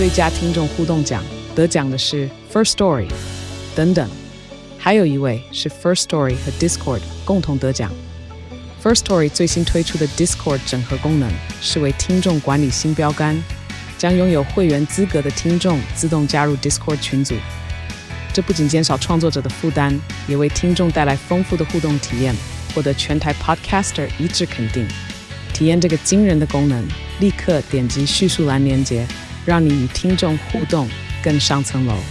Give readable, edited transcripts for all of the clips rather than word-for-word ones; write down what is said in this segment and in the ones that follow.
最佳听众互动奖，得奖的是 First Story 等等，还有一位是 First Story 和 Discord 共同得奖。First Story 最新推出的 Discord 整合功能是为听众管理新标杆，将拥有会员资格的听众自动加入 Discord 群组。这不仅减少创作者的负担，也为听众带来丰富的互动体验，获得全台 Podcaster 一致肯定。体验这个惊人的功能，立刻点击叙述栏连结，让你与听众互动更上层楼。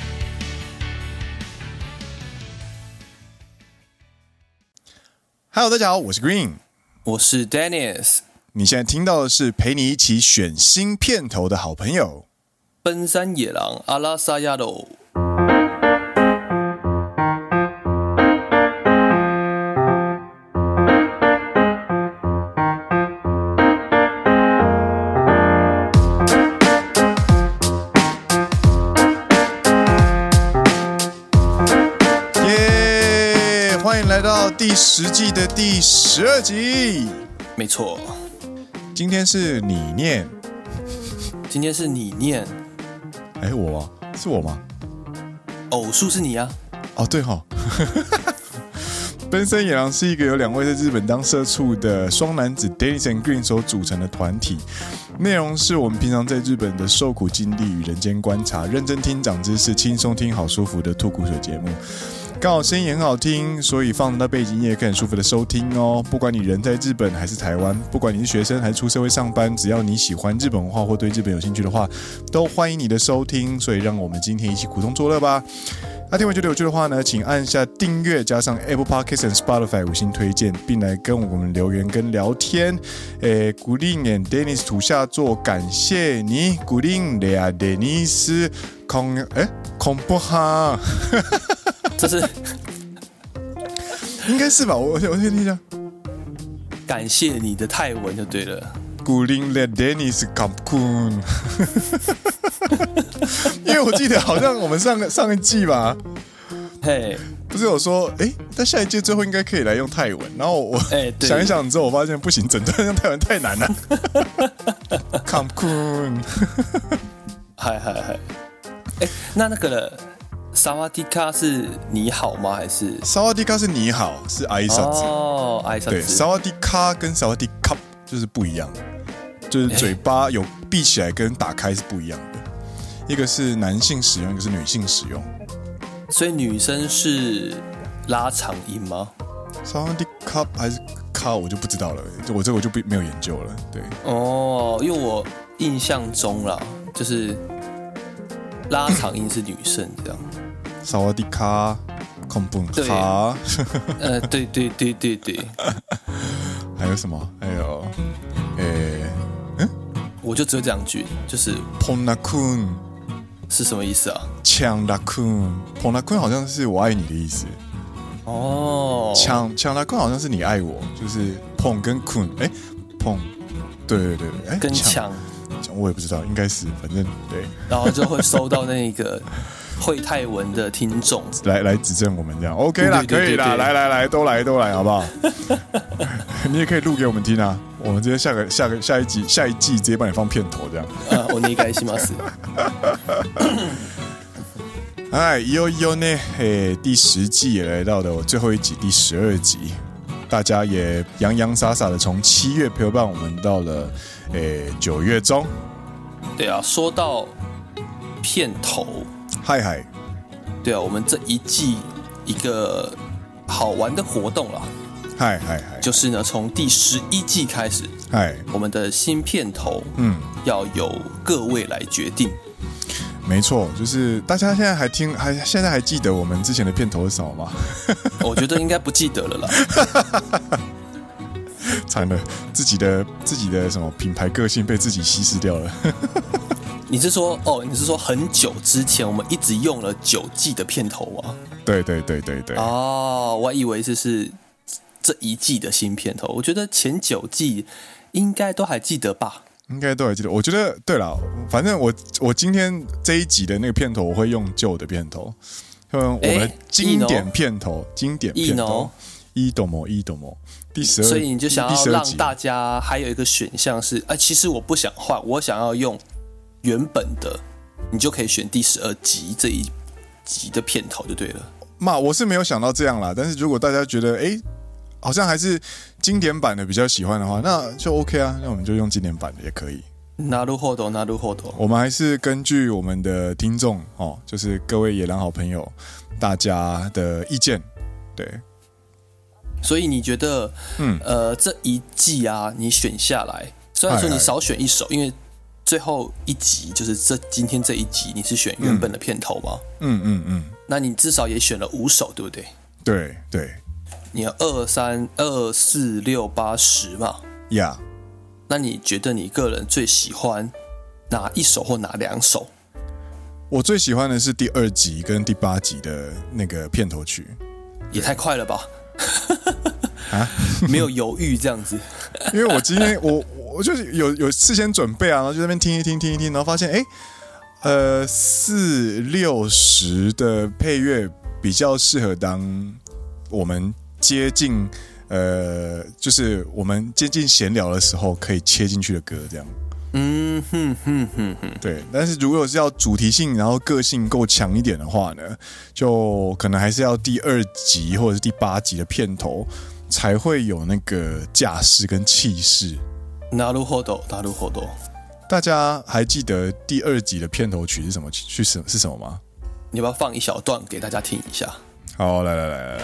Hello， 大家好，我是 Green， 我是 Dennis。 你现在听到的是陪你一起选新片头的好朋友—— 奔山野狼阿拉萨亚罗。 第10季的第12集， 没错。 今天是你念， 今天是你念。 我吗？是我吗？ 偶数是你啊。 哦，对齁。奔山野狼是一个由2位在日本当社畜的双男子 Dennis and Green 所组成的团体，内容是我们平常在日本的受苦经历与人间观察，认真听长知识，轻松听好舒服的吐苦水节目。刚好声音也很好听，所以放到背景音乐可以很舒服的收听哦。不管你人在日本还是台湾，不管你是学生还是出社会上班，只要你喜欢日本文化或对日本有兴趣的话，都欢迎你的收听。所以让我们今天一起苦中作乐吧。听完觉得有趣的话呢，请按下订阅，加上 Apple Podcast 和 Spotify 5星推荐，并来跟我们留言跟聊天。古令和 Dennis 土下座，感谢你，古令俩 Dennis 空不哈。 这是应该是吧？我先听一下。 感谢你的泰文就对了。 古灵的 Dennis 卡库，因为我记得好像我们上一季吧， 嘿， 不是有说，在下一届最后应该可以来用泰文，然后我想一想之后，我发现不行，整段用泰文太难了。卡库， 嗨，那个了。萨瓦迪卡是你好吗？还是萨瓦迪卡是你好，是挨萨子哦，挨萨子。 对，萨瓦迪卡跟萨瓦迪卡就是不一样的，就是嘴巴有闭起来跟打开是不一样的，一个是男性使用，一个是女性使用。 所以女生是拉长音吗？ 萨瓦迪卡还是卡我就不知道了，我这个我就没有研究了。对， 哦，因为我印象中啦，就是拉长音是女生这样。 萨瓦迪卡，空本卡， 对。 还有什么？还有， 我就只有这两句，就是碰拉坤是什么意思啊？ 抢拉坤，碰拉坤好像是我爱你的意思。 哦， 抢拉坤好像是你爱我，就是碰跟坤，碰，对， 跟抢。 我也不知道，应该是，反正对， 然后就会收到那个会泰文的听众来指正我们这样 ，OK 啦，可以啦，来，都来，好不好？你也可以录给我们听啊，我们直接下一季直接帮你放片头这样。 我应该します。 いよいよ呢，第10季也来到了我最后一集第12集，大家也洋洋洒洒的从7月陪伴我们到了9月中。 对啊，说到片头， 嗨， 对啊，我们这一季一个好玩的活动啦， 嗨， 就是呢，从第11季开始，我们的新片头，要由各位来决定。 没错，就是大家现在还记得我们之前的片头是什么吗？ 我觉得应该不记得了啦。 惨了，自己的什么品牌个性被自己稀释掉了。 你是说很久之前我们一直用了9季的片头吗？ 对。 哦，我以为是这一季的新片头。我觉得前9季应该都还记得吧？ 应该都还记得。我觉得对啦，反正我今天这一集的那个片头我会用旧的片头，用我们经典片头，一斗模第12， 所以你就想要让大家还有一个选项是，其实我不想换，我想要用原本的，你就可以选第12集这一集的片头就对了。 我是没有想到这样啦，但是如果大家觉得好像还是经典版的比较喜欢的话，那就 OK 啊，那我们就用经典版的也可以。 なるほど，なるほど。 我们还是根据我们的听众就是各位野狼好朋友大家的意见，对。 所以你觉得，这一季啊，你选下来，虽然说你少选一首，因为最后一集就是今天这一集，你是选原本的片头吗？那你至少也选了5首，对不对？ 对对。 你有2、3、2、4、6、8、10嘛？ 呀。 那你觉得你个人最喜欢哪一首或哪2首？ 我最喜欢的是第2集跟第8集的那个片头曲。 也太快了吧！ 啊， 没有犹豫这样子。 因为我今天我就是有事先准备啊，然后就在那边听一听，然后发现4、6、10的配乐比较适合当我们接近就是我们接近闲聊的时候可以切进去的歌，这样。对。但是如果是要主题性，然后个性够强一点的话呢，就可能还是要第2集或者是第8集的片头才会有那个架势跟气势。 なるほど，なるほど。 大家还记得第2集的片头曲是什么吗？ 你要不要放一小段给大家听一下？ 好，来。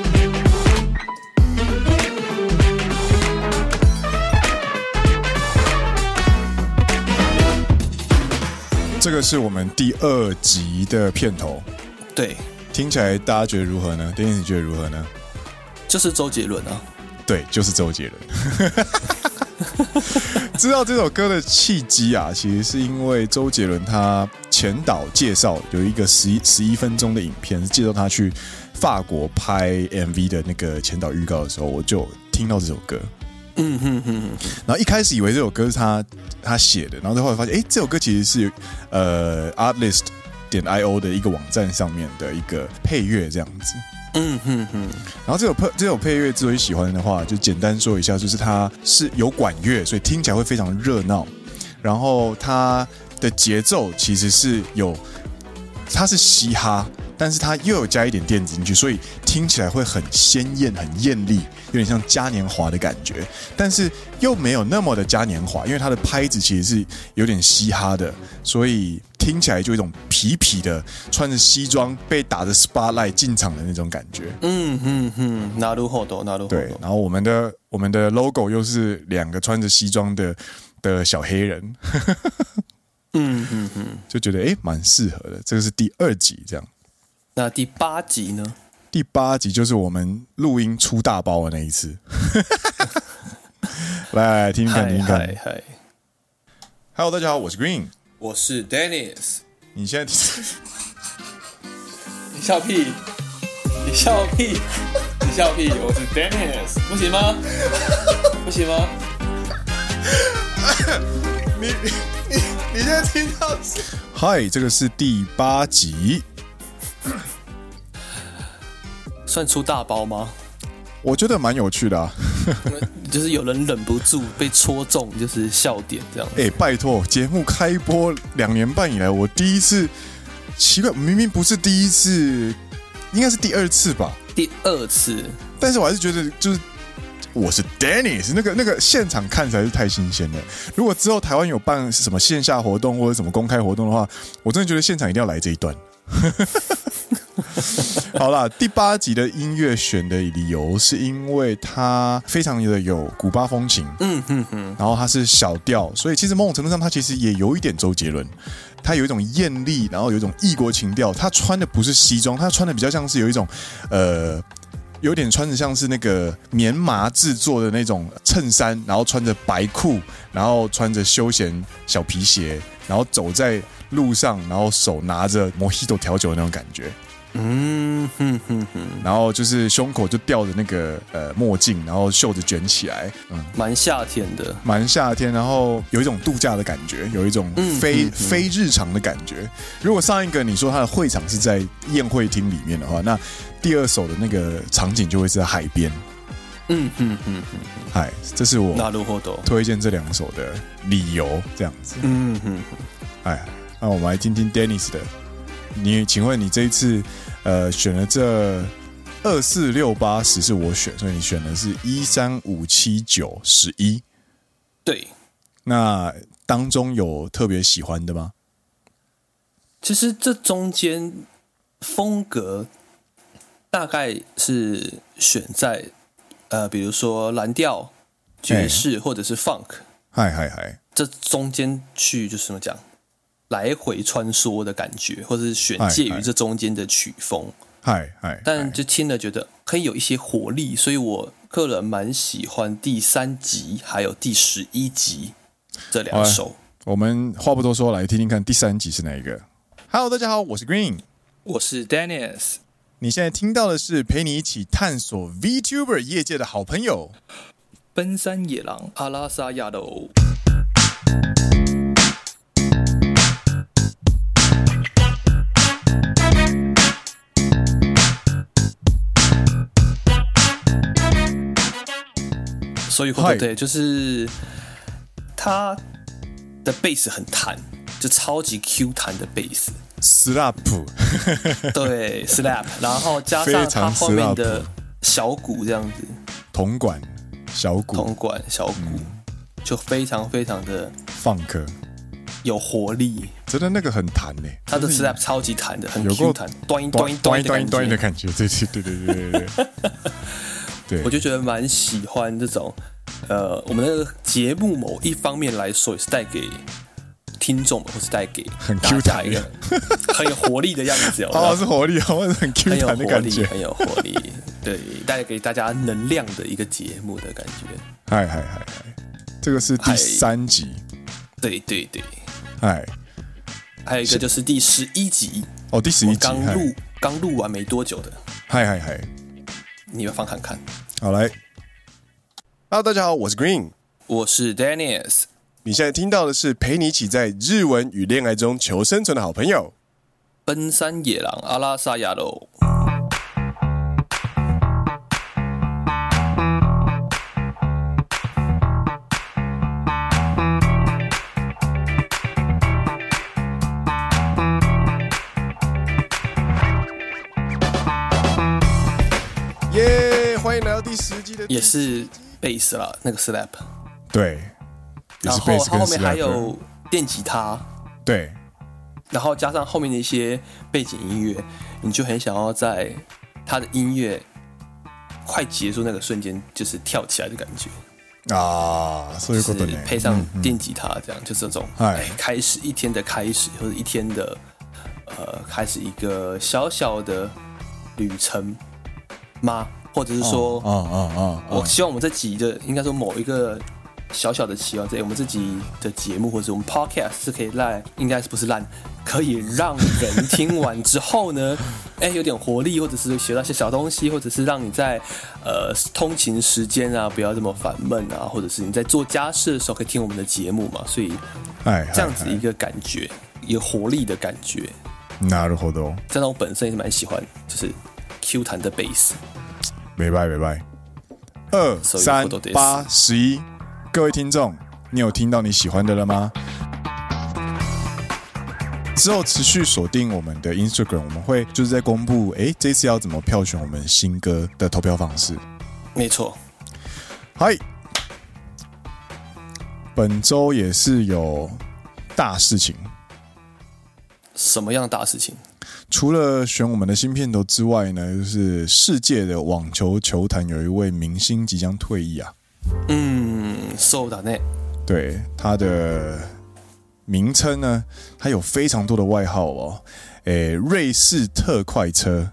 这个是我们第2集的片头。 对。 听起来大家觉得如何呢？Dennis 你觉得如何呢？ 就是周杰伦啊。 对，就是周杰伦。知道这首歌的契机啊，其实是因为周杰伦他前导介绍有一个11分钟的影片，是介绍他去法国拍 MV 的那个前导预告的时候，我就听到这首歌。然后一开始以为这首歌是他写的，然后后来发现，这首歌其实是artlist.io 的一个网站上面的一个配乐这样子。然后这首配乐之所以喜欢的话，就简单说一下，就是它是有管乐，所以听起来会非常热闹。然后它的节奏其实是它是嘻哈，但是它又有加一点电子进去，所以听起来会很鲜艳、很艳丽，有点像嘉年华的感觉。但是又没有那么的嘉年华，因为它的拍子其实是有点嘻哈的，所以听起来就有一种痞痞的，穿着西装被打着 spotlight 进场的那种感觉。 なるほど，なるほど。 对，然后我们的 logo 又是2个穿着西装的小黑人。就觉得蛮适合的。这个是第2集这样。 那第8集呢？ 第8集就是我们录音出大包的那一次。来听听看。Hello， 大家好，我是 Green， 我是 Dennis。 你现在你笑屁！你笑屁！你笑屁！我是 Dennis， 不行吗？不行吗？ 你现在听到是？嗨，这个是第8集， 算出大包吗？ 我觉得蛮有趣的啊。 就是有人忍不住被戳中，就是笑点这样。 拜托，节目开播2年半以来，我第一次，奇怪，明明不是第一次，应该是第2次吧？ 第2次， 但是我还是觉得就是。我是 Dennis， 那个现场看实在是太新鲜了。如果之后台湾有办什么线下活动或者什么公开活动的话，我真的觉得现场一定要来这一段。好啦，第8集的音乐选的理由是因为它非常的有古巴风情，然后它是小调，所以其实某种程度上它其实也有一点周杰伦，它有一种艳丽，然后有一种异国情调。他穿的不是西装，他穿的比较像是有一种有点穿着像是那个棉麻制作的那种衬衫，然后穿着白裤，然后穿着休闲小皮鞋，然后走在路上，然后手拿着 Mojito 调酒的那种感觉。然后就是胸口就吊着那个墨镜，然后袖子卷起来， 蛮夏天的， 蛮夏天，然后有一种度假的感觉，有一种非日常的感觉。如果上一个你说他的会场是在宴会厅里面的话，那第2首的那个场景就会是在海边。 嗨，这是我なるほど推荐这2首的理由，这样子。哎，那我们来听听 Dennis 的。请问你这一次选了这246810是我选，所以你选的是1357911。 对。 那当中有特别喜欢的吗？ 其实这中间风格大概是选在比如说蓝调、爵士或者是 funk， 这中间去就是怎么讲，来回穿梭的感觉，或者是选介于这中间的曲风。但就听了觉得可以有一些活力，所以我个人蛮喜欢第3集还有第11集这2首。 我们话不多说，来听听看第3集是哪一个。Hello， 大家好，我是 Green， 我是 Dennis。 你现在听到的是陪你一起探索 VTuber 业界的好朋友—— 奔山野狼阿拉萨亚喽。所以对，就是他的贝斯很弹，就超级 Q 弹的贝斯 ，slap， 对 slap， 然后加上他后面的小鼓这样子， 铜管小鼓， 就非常非常的 funk， 有活力， 真的那个很弹呢， 他的 slap 超级弹的，很 Q 弹，端的感觉，对。 对，我就觉得蛮喜欢这种，我们的节目某一方面来说，也是带给听众或是带给大家一个很有活力的样子哦。 是活力，或者很 Q 弹的感觉， 很有活力，对，带给大家能量的一个节目的感觉。 嗨，这个是第3集， 对，还有一个就是第11集哦，第11集刚录完没多久的， 嗨。 你要放看看。 好，来 ，Hello， 大家好，我是 Green， 我是 Dennis。 你现在听到的是陪你一起在日文与恋爱中求生存的好朋友—— 奔山野狼阿拉萨亚喽。 欢迎来到第10集的， 也是贝斯啦，那个 slap， 对， 然后它后面还有电吉他， 对， 然后加上后面的一些背景音乐，你就很想要在它的音乐快结束那个瞬间，就是跳起来的感觉啊，所以就是配上电吉他，这样就是这种开始一天的开始，或者一天的开始一个小小的旅程吗？或者是说，我希望我们这集的应该说某一个小小的期望，在我们这集的节目或者我们 podcast 是可以应该是不是烂，可以让人听完之后呢，有点活力，或者是学到一些小东西，或者是让你在通勤时间啊不要这么烦闷啊，或者是你在做家事的时候可以听我们的节目嘛，所以这样子一个感觉，有活力的感觉。 なるほど。 这让我本身也是蛮喜欢，就是 Q 弹的贝斯。 没拜2、3、8、11，各位听众，你有听到你喜欢的了吗？之后持续锁定我们的 Instagram， 我们会就是在公布，这次要怎么票选我们新歌的投票方式。 没错。 嗨，本周也是有大事情。 什么样的大事情？ 除了选我们的新片头之外呢，就是世界的网球球坛有一位明星即将退役啊。 そうだね。 对，他的名称呢，他有非常多的外号哦。瑞士特快车，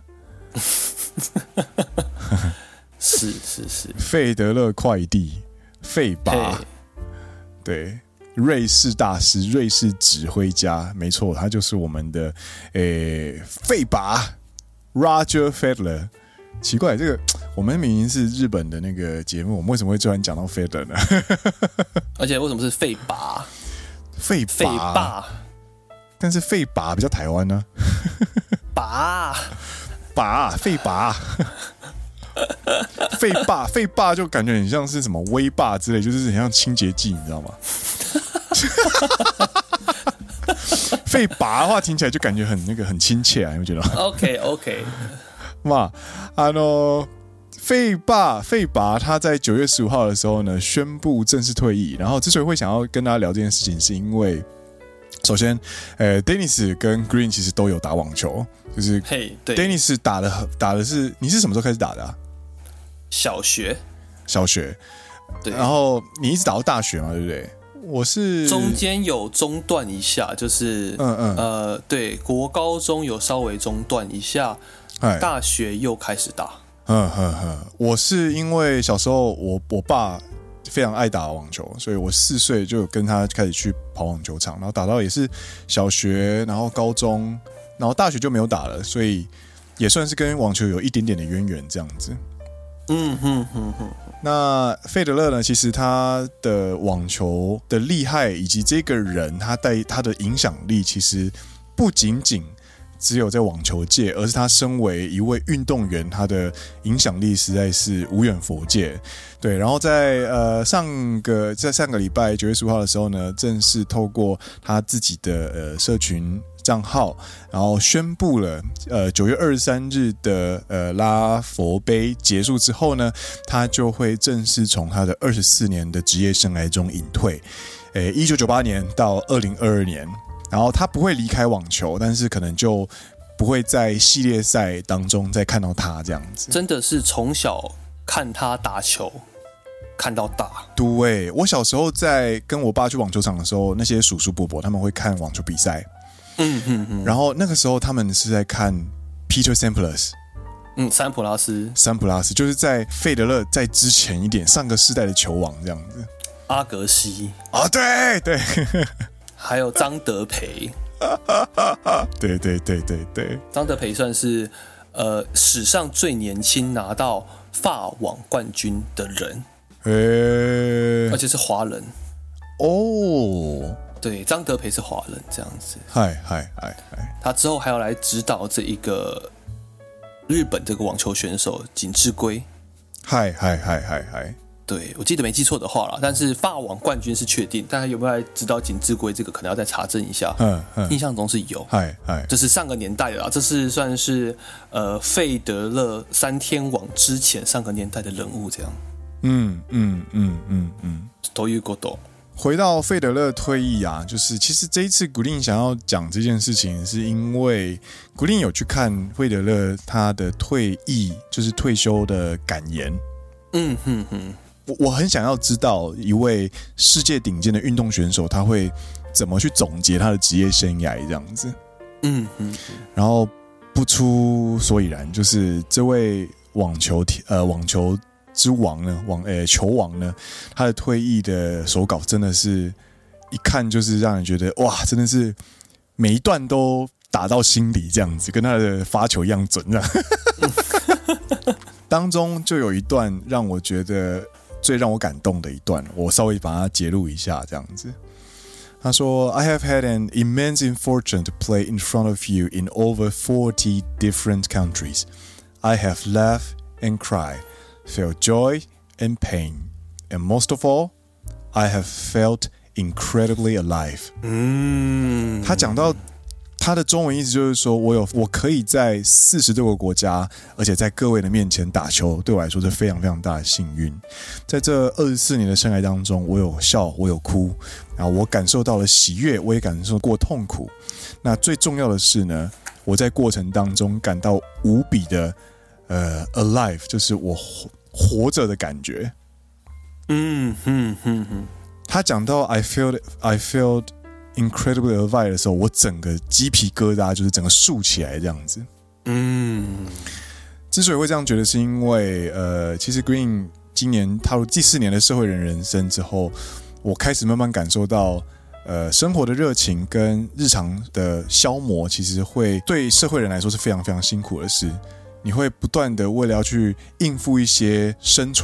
是， 费德勒快递，费拔，对。瑞士大师，瑞士指挥家，没错，他就是我们的费拔 Roger Federer。奇怪，这个我们明明是日本的那个节目，我们为什么会突然讲到 Federer 呢？ 而且为什么是费拔？ 费但是费拔比较台湾呢。 拔， 费拔。 废霸就感觉很像是什么威霸之类，就是很像清洁剂，你知道吗？废拔的话听起来就感觉很亲切啊，你会觉得 ？OK， 嘛，费拔他在9月15号的时候呢，宣布正式退役。然后之所以会想要跟大家聊这件事情，是因为首先，Dennis 跟 Green 其实都有打网球，就是 Dennis 打的是你是什么时候开始打的啊？ 小学， 对。然后你一直打到大学嘛，对不对？我是中间有中断一下，就是对，国高中有稍微中断一下，大学又开始打。 我是因为小时候我爸非常爱打网球，所以我4岁就跟他开始去跑网球场，然后打到也是小学，然后高中，然后大学就没有打了，所以也算是跟网球有一点点的渊源这样子。那费德勒呢？其实他的网球的厉害，以及这个人他的影响力，其实不仅仅只有在网球界，而是他身为一位运动员，他的影响力实在是无远弗届。对，然后在上个礼拜9月15号的时候呢，正式透过他自己的社群账号，然后宣布了9月23日的拉佛杯结束之后呢，他就会正式从他的24年的职业生涯中隐退。1998年到2022年，然后他不会离开网球，但是可能就不会在系列赛当中再看到他这样子。 真的是从小看他打球看到大。 对，我小时候在跟我爸去网球场的时候，那些叔叔伯伯他们会看网球比赛。然后那个时候他们是在看 Peter Sampras， 三普拉斯就是在费德勒在之前一点，上个世代的球王这样子。 阿格西啊，对， 还有张德培， 对， 张德培算是史上最年轻拿到法网冠军的人，而且是华人哦。 对，张德培是华人这样子。 嗨， 他之后还要来指导这一个日本这个网球选手锦织圭。 嗨。 对，我记得没记错的话啦，但是法网冠军是确定，但他有没有来指导锦织圭这个可能要再查证一下。印象中是有。这是上个年代的啦，这是算是费德勒3天王之前上个年代的人物这样。都有过多。 回到费德勒退役啊，就是其实这一次古令想要讲这件事情，是因为古令有去看费德勒他的退役，就是退休的感言。我很想要知道一位世界顶尖的运动选手，他会怎么去总结他的职业生涯这样子。然后不出所以然，就是这位网球之王呢，球王呢，他的退役的手稿真的是一看就是让人觉得哇，真的是每一段都打到心里这样子，跟他的发球一样准这样。当中就有一段让我觉得最让我感动的一段，我稍微把它截录一下这样子。他说 I have had an immense fortune to play in front of you in over 40 different countries. I have laughed and cried, felt joy and pain, and most of all, I have felt incredibly alive. 他讲到他的中文意思就是说，我可以在40多个国家，而且在各位的面前打球，对我来说是非常非常大的幸运。在这24年的生涯当中，我有笑，我有哭，然后我感受到了喜悦，我也感受过痛苦。那最重要的是呢，我在过程当中感到无比的alive， 就是我活着的感觉。他讲到 I felt incredibly alive 的时候，我整个鸡皮疙瘩就是整个竖起来这样子。之所以会这样觉得，是因为其实 Green 今年踏入第4年的社会人生之后，我开始慢慢感受到生活的热情跟日常的消磨，其实会对社会人来说是非常非常辛苦的事。你会不断的为了要去应付一些生存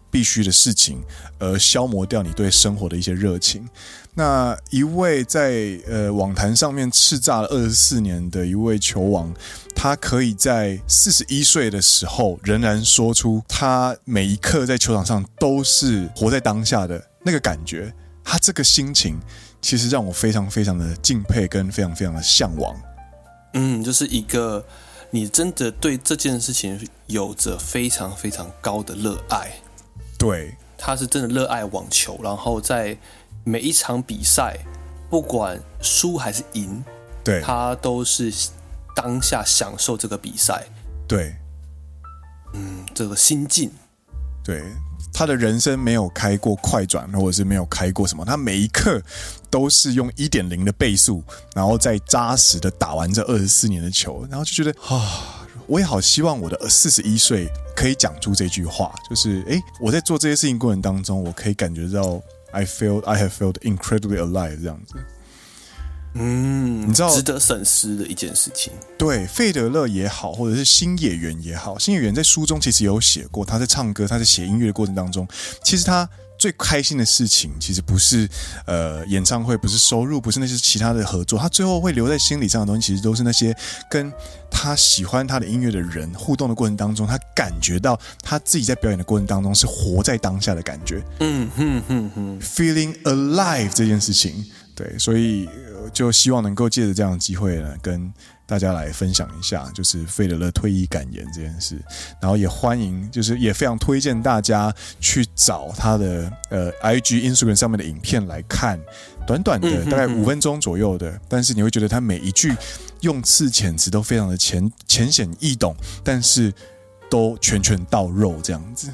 必须的事情，而消磨掉你对生活的一些热情。那一位在网坛上面叱咤了24年的一位球王，他可以在41岁的时候仍然说出他每一刻在球场上都是活在当下的那个感觉，他这个心情其实让我非常非常的敬佩跟非常非常的向往。 就是一个你真的对这件事情有着非常非常高的热爱。 对， 他是真的热爱网球，然后在每一场比赛不管输还是赢， 对， 他都是当下享受这个比赛。 对， 这个心境， 对，他的人生没有开过快转，或者是没有开过什么，他每一刻都是用 1.0 的倍速，然后再扎实的打完这24年的球，然后就觉得我也好希望我的41岁可以讲出这句话，就是我在做这些事情过程当中，我可以感觉到 I have felt incredibly alive 这样子。你知道值得深思的一件事情。 对，费德勒也好，或者是星野源也好，星野源在书中其实有写过，他在唱歌，他在写音乐的过程当中，其实他最开心的事情其实不是演唱会，不是收入，不是那些其他的合作，他最后会留在心理上的东西，其实都是那些跟他喜欢他的音乐的人互动的过程当中，他感觉到他自己在表演的过程当中是活在当下的感觉。feeling alive 这件事情，对，所以就希望能够借着这样的机会呢，跟大家来分享一下，就是费德勒退役感言这件事。然后也欢迎，就是也非常推荐大家去找他的IG、Instagram 上面的影片来看，短短的大概5分钟左右的，但是你会觉得他每一句用字遣词都非常的浅显易懂，但是都拳拳到肉这样子。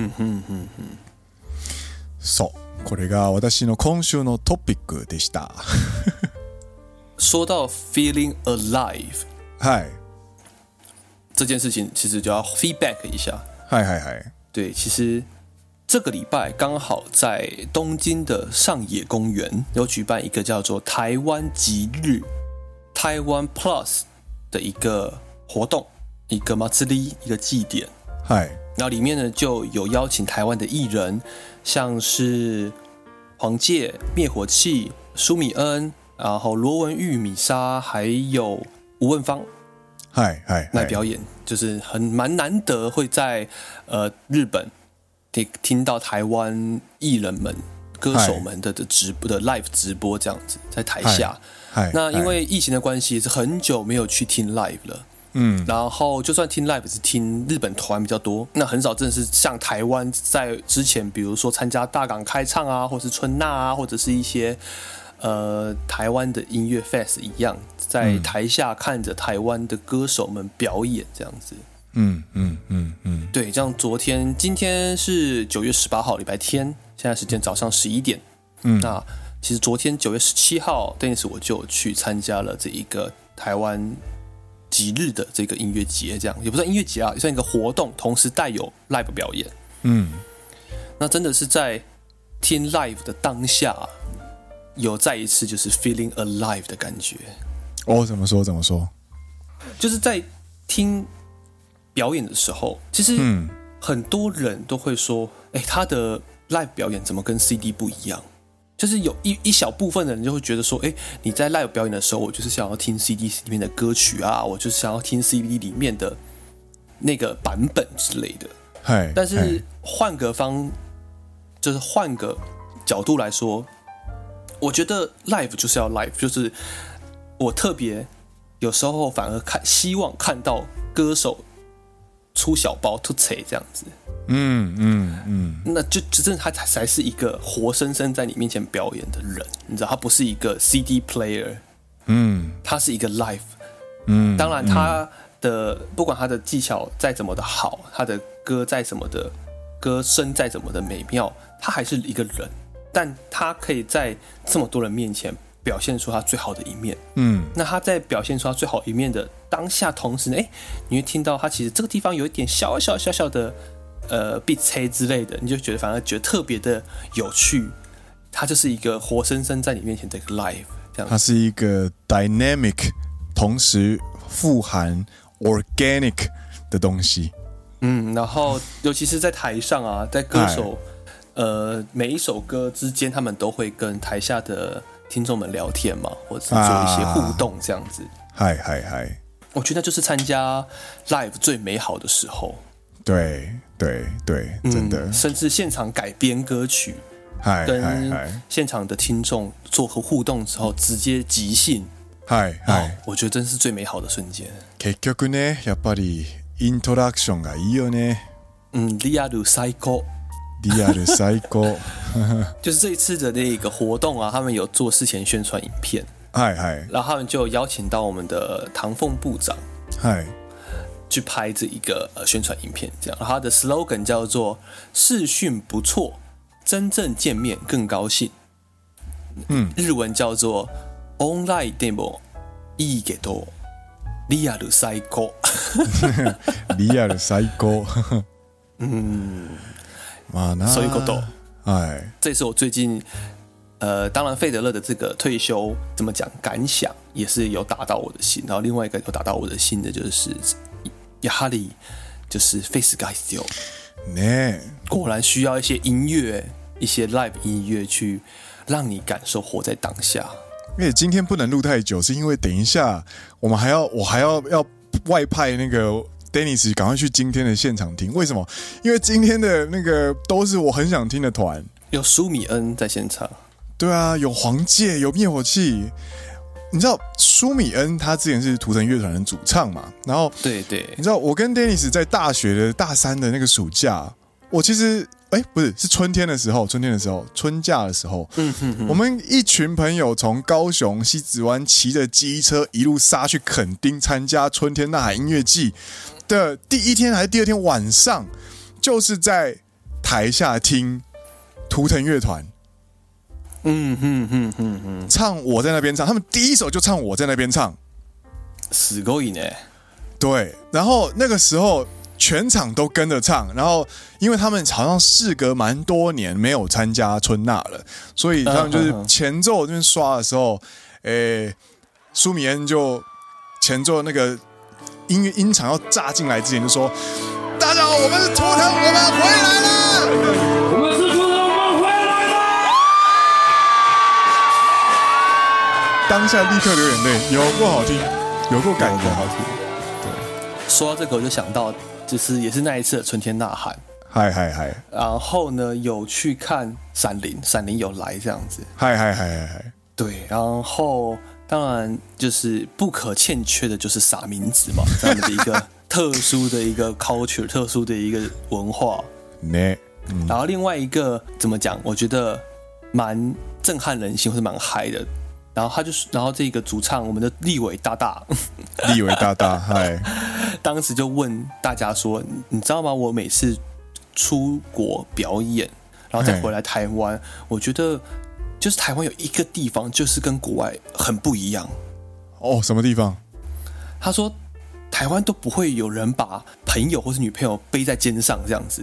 そう、これが私の今週のトピックでした。 说到 feeling alive， 嗨， 这件事情其实就要 feedback 一下。 嗨， 对，其实这个礼拜刚好在东京的上野公园有举办一个叫做台湾吉日 Taiwan Plus 的一个活动，一个祭り，一个祭典。 嗨， 然后里面呢就有邀请台湾的艺人，像是黄玠、灭火器、舒米恩，然后罗文玉、米莎，还有吴汶芳，来表演，就是蛮难得会在日本听到台湾艺人们、歌手们的live 直播这样子，在台下。那因为疫情的关系，也是很久没有去听 live 了。然后就算听 live 是听日本团比较多，那很少真的是像台湾在之前，比如说参加大港开唱啊，或是春吶啊，或者是一些台湾的音乐 fest 一样，在台下看着台湾的歌手们表演这样子。对，像今天是9月18号礼拜天，现在时间早上11点。那其实昨天9月17号 Dennis 我就去参加了这一个台湾吉日的这个音乐节，这样也不算音乐节啊，也算一个活动，同时带有 live 表演。那真的是在听 live 的当下，有再一次就是 feeling alive 的感觉。 怎么说？ 就是在听表演的时候，其实很多人都会说，他的 live 表演怎么跟 CD 不一样？就是有一小部分的人就会觉得说，你在 live 表演的时候，我就是想要听 CD 里面的歌曲啊，我就是想要听 CD 里面的那个版本之类的。但是换个角度来说，我觉得 live 就是要 live， 就是我特别有时候反而希望看到歌手出小包吐槽这样子。那就真的他才是一个活生生在你面前表演的人，你知道，他不是一个 CD player，他是一个 live。当然他的不管他的技巧再怎么的好，他的歌再怎么的歌声再怎么的美妙，他还是一个人，但他可以在这么多人面前表现出他最好的一面。那他在表现出他最好一面的当下，同时呢，你会听到他其实这个地方有一点小小的beat 车之类的，你就反而觉得特别的有趣。他就是一个活生生在你面前的一个 live， 这样。它是一个 dynamic， 同时富含 organic 的东西。 然后尤其是在台上啊，在歌手每一首歌之间，他们都会跟台下的听众们聊天嘛，或者是做一些互动这样子。 嗨， 我觉得那就是参加 live 最美好的时候。 对，真的， 甚至现场改编歌曲，跟现場的听众做互动之后，直接即興。我觉得真是最美好的瞬間。 結局ね、やっぱりイントラクションがいいよね。 リアル最高。 リアル最高。 就是这一次的那个活动啊，他们有做事前宣传影片。然后他们就邀请到我们的唐凤部长。去拍这一个宣传影片，这样，他的 slogan 叫做“视讯不错，真正见面更高興”。日文叫做“オンラインでもいいけどリアル最高”。 リアル最高。まあな。 そういうこと。这是我最近当然费德勒的这个退休怎么讲感想，也是有打到我的心。然后另外一个有打到我的心的就是。やはり就是フェスが必要ね， 果然需要一些音乐，一些 live 音乐去让你感受活在当下。 因为今天不能录太久，是因为等一下我还要外派那个 Dennis 赶快去今天的现场听。为什么？因为今天的那个都是我很想听的团， 有舒米恩在现场， 对啊，有黄玠，有灭火器。你知道舒米恩他之前是图腾乐团的主唱嘛？然后对， 你知道我跟 Dennis 在大学的大三的那个暑假，我其实不是春假的时候，我们一群朋友从高雄西子湾骑着机车一路杀去垦丁参加春天呐喊音乐季的第一天还是第二天晚上，就是在台下听图腾乐团。唱我在那边唱，他们第一首就唱我在那边唱， すごいね。 对，然后那个时候全场都跟着唱，然后因为他们好像事隔蛮多年没有参加春吶了，所以他们就是前奏那边刷的时候，舒米恩就前奏那个音场要炸进来之前就说：“大家好，我们是图腾，我们回来了。”当下立刻流眼泪，有够好听，有够感动，好听。对， 说到这个，我就想到，就是也是那一次的春天呐喊。 嗨。 然后呢，有去看闪灵有来这样子。 嗨。 对，然后当然就是不可欠缺的就是撒名字嘛，这样的一个特殊的一个 culture， 特殊的一个文化。然后另外一个怎么讲？我觉得蛮震撼人心，或是蛮嗨的。然后这个主唱我们的立伟大大，嗨，当时就问大家说，你知道吗？我每次出国表演，然后再回来台湾，我觉得就是台湾有一个地方就是跟国外很不一样。 哦，什么地方？ 他说台湾都不会有人把朋友或是女朋友背在肩上这样子。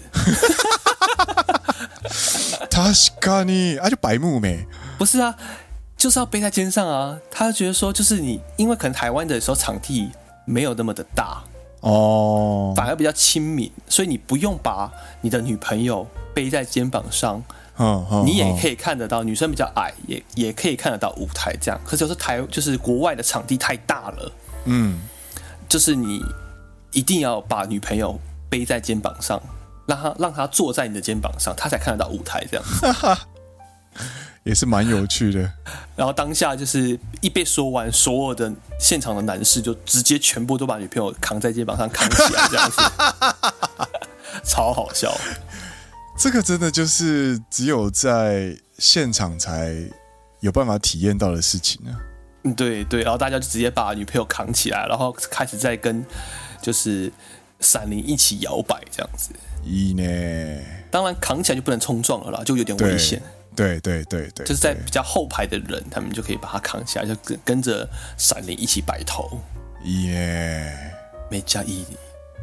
確かに就白目没？ 不是啊。就是要背在肩上啊！他觉得说，就是你，因为可能台湾的时候场地没有那么的大哦，反而比较亲民，所以你不用把你的女朋友背在肩膀上，你也可以看得到，女生比较矮，也可以看得到舞台这样。可是有时候就是国外的场地太大了，就是你一定要把女朋友背在肩膀上，让她坐在你的肩膀上，她才看得到舞台这样子。 也是蛮有趣的。 然后当下就是一被说完，所有的现场的男士就直接全部都把女朋友扛在肩膀上扛起来，这样子，超好笑。 这个真的就是只有在现场才有办法体验到的事情啊。 对，然后大家就直接把女朋友扛起来，然后开始在跟就是闪灵一起摇摆这样子。当然扛起来就不能冲撞了啦，就有点危险。 对， 就是在比较后排的人，他们就可以把它扛起来，就跟着闪灵一起摆头。めっちゃいい。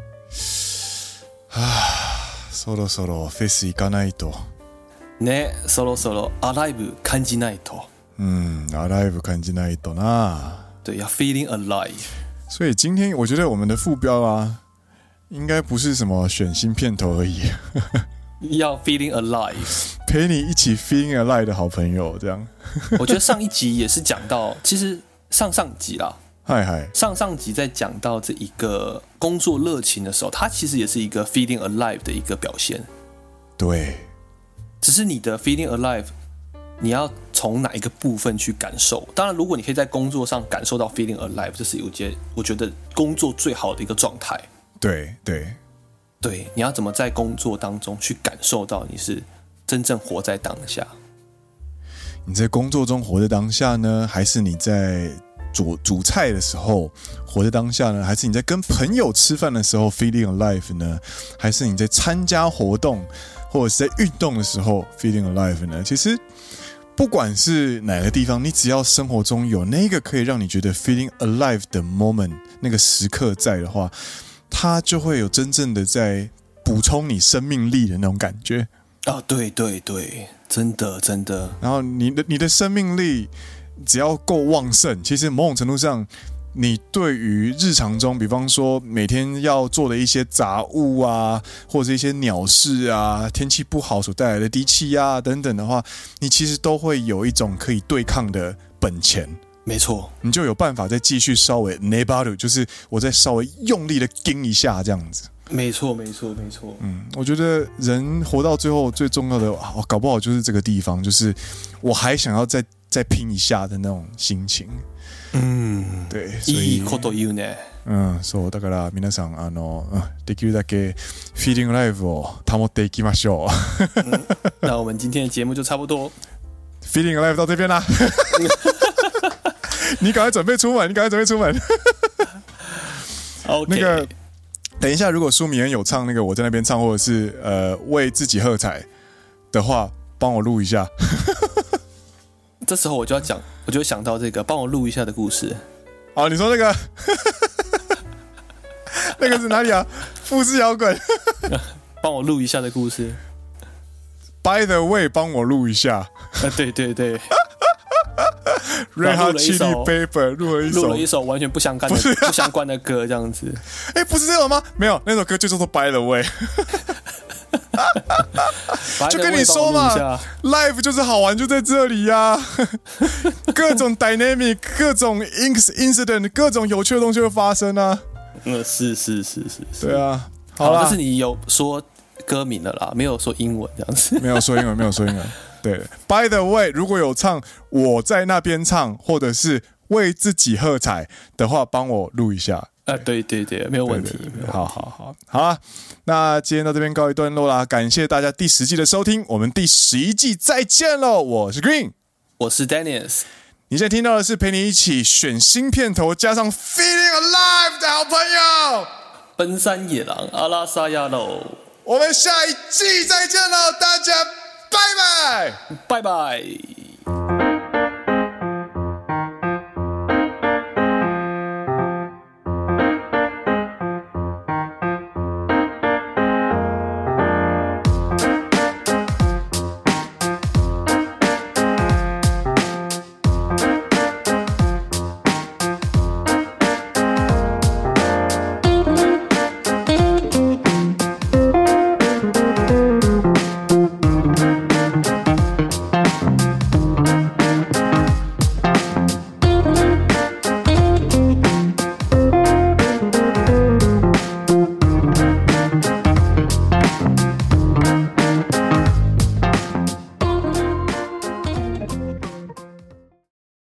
そろそろフェス行かないと。 ね、そろそろアライブ感じないと。 アライブ感じないとな。 对，要 feeling alive。 所以今天我觉得我们的副标啊， 应该不是什么选新片头而已， 要 feeling alive， 陪你一起 feeling alive 的好朋友，这样。 我觉得上一集也是讲到，其实上集啦，上集在讲到这一个工作热情的时候，它其实也是一个 feeling alive 的一个表现。 对， 只是你的 feeling alive， 你要从哪一个部分去感受？当然，如果你可以在工作上感受到 feeling alive， 这是我觉得工作最好的一个状态。 对， 你要怎么在工作当中去感受到你是真正活在当下？ 你在工作中活在当下呢，还是你在煮菜的时候活在当下呢？还是你在跟朋友吃饭的时候 feeling alive 呢？还是你在参加活动或者是在运动的时候 feeling alive 呢？其实不管是哪个地方，你只要生活中有那个可以让你觉得 feeling alive 的 moment， 那个时刻在的话，它就会有真正的在补充你生命力的那种感觉。 对，真的。 然后你的生命力只要够旺盛，其实某种程度上，你对于日常中，比方说每天要做的一些杂物啊，或者是一些鸟事啊，天气不好所带来的低气压等等的话，你其实都会有一种可以对抗的本钱。 没错， 你就有办法再继续稍微 nebaru， 就是我再稍微用力的盯一下这样子。 没错。 我觉得人活到最后最重要的，搞不好就是这个地方，就是我还想要再拼一下的那种心情。对，所以いいこと言うね。 そうだから皆さんできるだけ feeling alive を保っていきましょう。 那我们今天的节目就差不多 feeling alive 到这边啦。你赶快准备出门。 OK， 那个等一下，如果舒米恩有唱那个我在那边唱，或者是为自己喝彩的话，帮我录一下。 这时候我就会想到这个，帮我录一下的故事。 你说那个那个是哪里啊？富士摇滚。 帮我录一下的故事。 By the way， 帮我录一下。 对。 Red Hot Chili Pepper 录了一首完全不相关的歌，这样子。 不是这首吗？没有，那首歌就叫做 By the way。就跟你说嘛 ，Live 就是好玩，就在这里呀、各种 dynamic， 各种 incident， 各种有趣的东西会发生啊。 是。 对啊，好啦， 但是你有说歌名了啦，没有说英文这样子。 没有说英文。对 ，By the way， 如果有唱我在那边唱，或者是为自己喝彩的话，帮我录一下。 对，没有问题。 好啊，那今天到这边告一段落啦，感谢大家第10季的收听，我们第11季再见喽！我是 Green， 我是 Dennis， 你现在听到的是陪你一起选新片头加上 Feeling Alive 的好朋友奔山野狼阿拉萨亚喽， 我们下一季再见喽，大家拜拜。